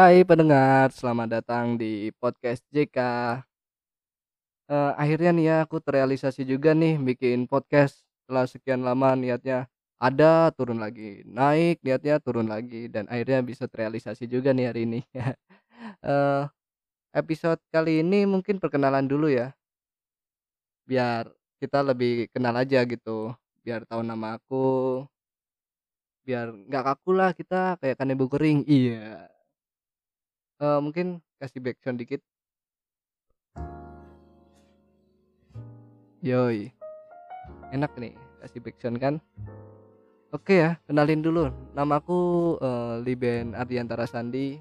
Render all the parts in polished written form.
Hai pendengar, selamat datang di podcast JK. Akhirnya nih ya aku terrealisasi juga nih bikin podcast setelah sekian lama niatnya ada, turun lagi, naik, niatnya turun lagi dan akhirnya bisa terrealisasi juga nih hari ini. Eee, Episode kali ini mungkin perkenalan dulu ya, biar kita lebih kenal aja gitu, biar tahu nama aku, biar nggak kaku lah kita kayak kanebo kering. Iya, mungkin kasih backsound dikit. Yoi, enak nih kasih backsound kan. Oke ya, kenalin dulu. Namaku, Liben Ardiantara Sandi,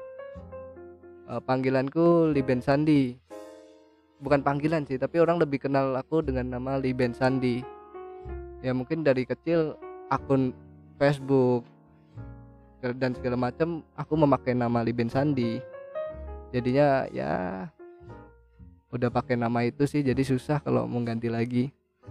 panggilanku Liben Sandi. Bukan panggilan sih, tapi orang lebih kenal aku dengan nama Liben Sandi. Ya mungkin dari kecil akun Facebook dan segala macam aku memakai nama Liben Sandi. Jadinya ya udah pakai nama itu sih, jadi susah kalau mau ganti lagi.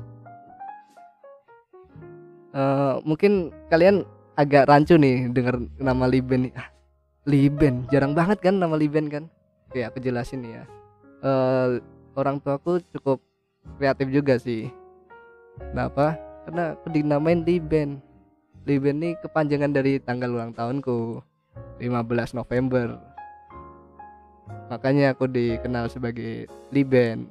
Mungkin kalian agak rancu nih denger nama Liben nih. Liben, jarang banget kan nama Liben kan? Oke, aku jelasin nih ya. Orang tuaku cukup kreatif juga sih. Kenapa? Karena aku dinamain Liben. Liben nih kepanjangan dari tanggal ulang tahunku, 15 November. Makanya aku dikenal sebagai Liben.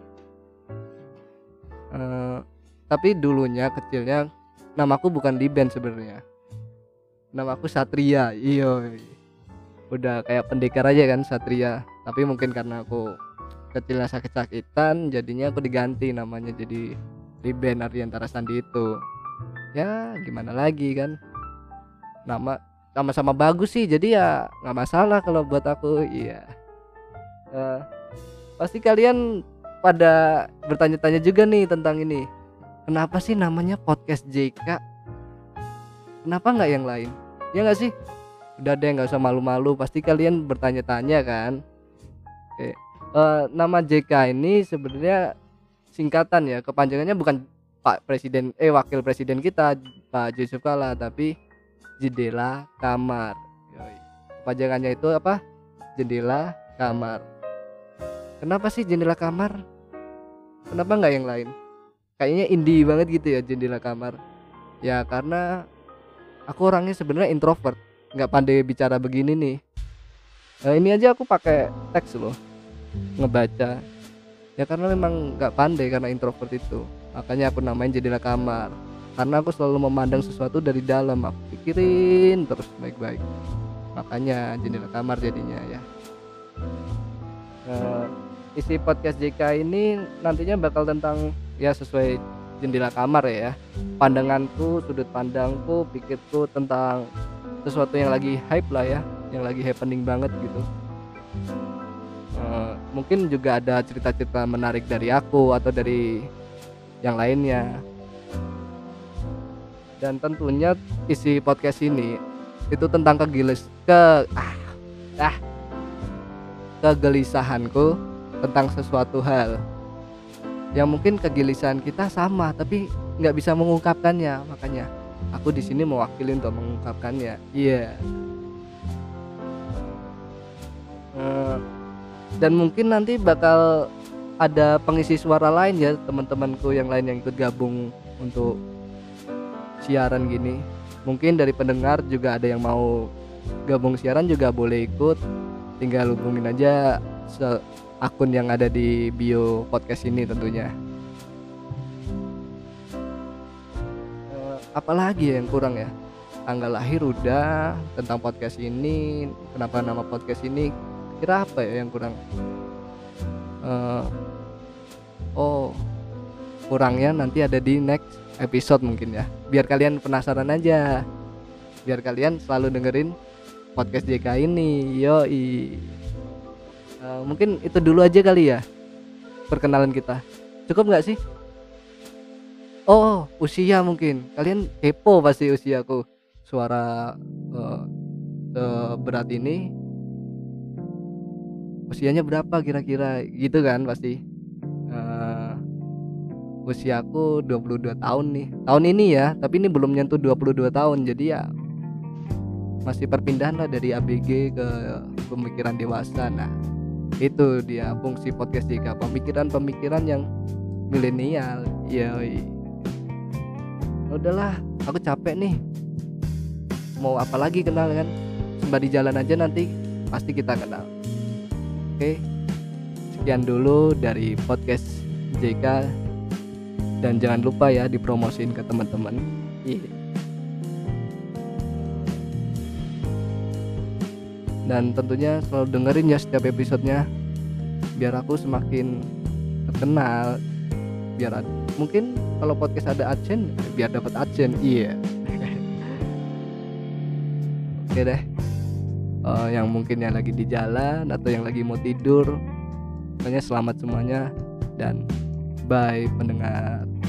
Eh, tapi dulunya kecilnya namaku bukan Liben sebenarnya. Namaku Satria. Iyo. Udah kayak pendekar aja kan Satria, tapi mungkin karena aku kecilnya sakit-sakitan jadinya aku diganti namanya jadi Liben Ardiantara Sandi itu. Ya gimana lagi kan, nama sama-sama bagus sih, jadi ya nggak masalah kalau buat aku. Iya. Eh, Pasti kalian pada bertanya-tanya juga nih tentang ini, kenapa sih namanya podcast JK, kenapa nggak yang lain, ya nggak sih? Udah deh, nggak usah malu-malu, pasti kalian bertanya-tanya kan. Oke. Nama JK ini sebenarnya singkatan ya, kepanjangannya bukan Pak Presiden Wakil Presiden kita Pak Yusuf Kala, tapi jendela kamar. Yoi. Kepanjangannya itu apa? Jendela kamar. Kenapa sih jendela kamar? Kenapa nggak yang lain? Kayaknya indie banget gitu ya jendela kamar. Ya karena aku orangnya sebenarnya introvert, nggak pandai bicara begini nih. Ini aja aku pakai teks loh, ngebaca. Ya karena memang nggak pandai karena introvert itu. Makanya aku namain jendela kamar. Karena aku selalu memandang sesuatu dari dalam, aku pikirin terus baik-baik. Makanya jendela kamar jadinya ya. Isi podcast JK ini nantinya bakal tentang ya sesuai jendela kamar ya. Pandanganku, sudut pandangku, pikirku tentang sesuatu yang lagi hype lah ya, yang lagi happening banget gitu. Mungkin juga ada cerita-cerita menarik dari aku atau dari yang lainnya. Dan tentunya isi podcast ini itu tentang kegelisahanku tentang sesuatu hal yang mungkin kegelisahan kita sama tapi nggak bisa mengungkapkannya. Makanya aku di sini mewakili untuk mengungkapkannya. Iya. Dan mungkin nanti bakal ada pengisi suara lain ya, teman-temanku yang lain yang ikut gabung untuk siaran gini. Mungkin dari pendengar juga ada yang mau gabung siaran juga boleh ikut, tinggal hubungin aja akun yang ada di bio podcast ini tentunya. Apalagi yang kurang ya, tanggal lahir udah, tentang podcast ini, kenapa nama podcast ini, kira apa ya yang kurang. Oh, kurangnya nanti ada di next episode mungkin ya, biar kalian penasaran aja, biar kalian selalu dengerin podcast JK ini. Yoi. Mungkin itu dulu aja kali ya perkenalan kita, cukup nggak sih? Oh, usia mungkin kalian kepo pasti usiaku, suara seberat ini usianya berapa kira-kira gitu kan pasti. Usiaku 22 tahun nih tahun ini ya, tapi ini belum nyentuh 22 tahun, jadi ya masih perpindahan lah dari ABG ke pemikiran dewasa. Nah itu dia fungsi podcast JK, pemikiran-pemikiran yang milenial. Yoi. Udahlah, aku capek nih, mau apa lagi kenal kan, sembari jalan aja nanti pasti kita kenal. Oke, sekian dulu dari podcast JK, dan jangan lupa ya dipromosin ke teman-teman. Dan tentunya selalu dengerin ya setiap episodenya, biar aku semakin terkenal, biar mungkin kalau podcast ada adsense, biar dapat adsense. Iya. Oke deh. Yang mungkin yang lagi di jalan atau yang lagi mau tidur, pokoknya selamat semuanya dan bye pendengar.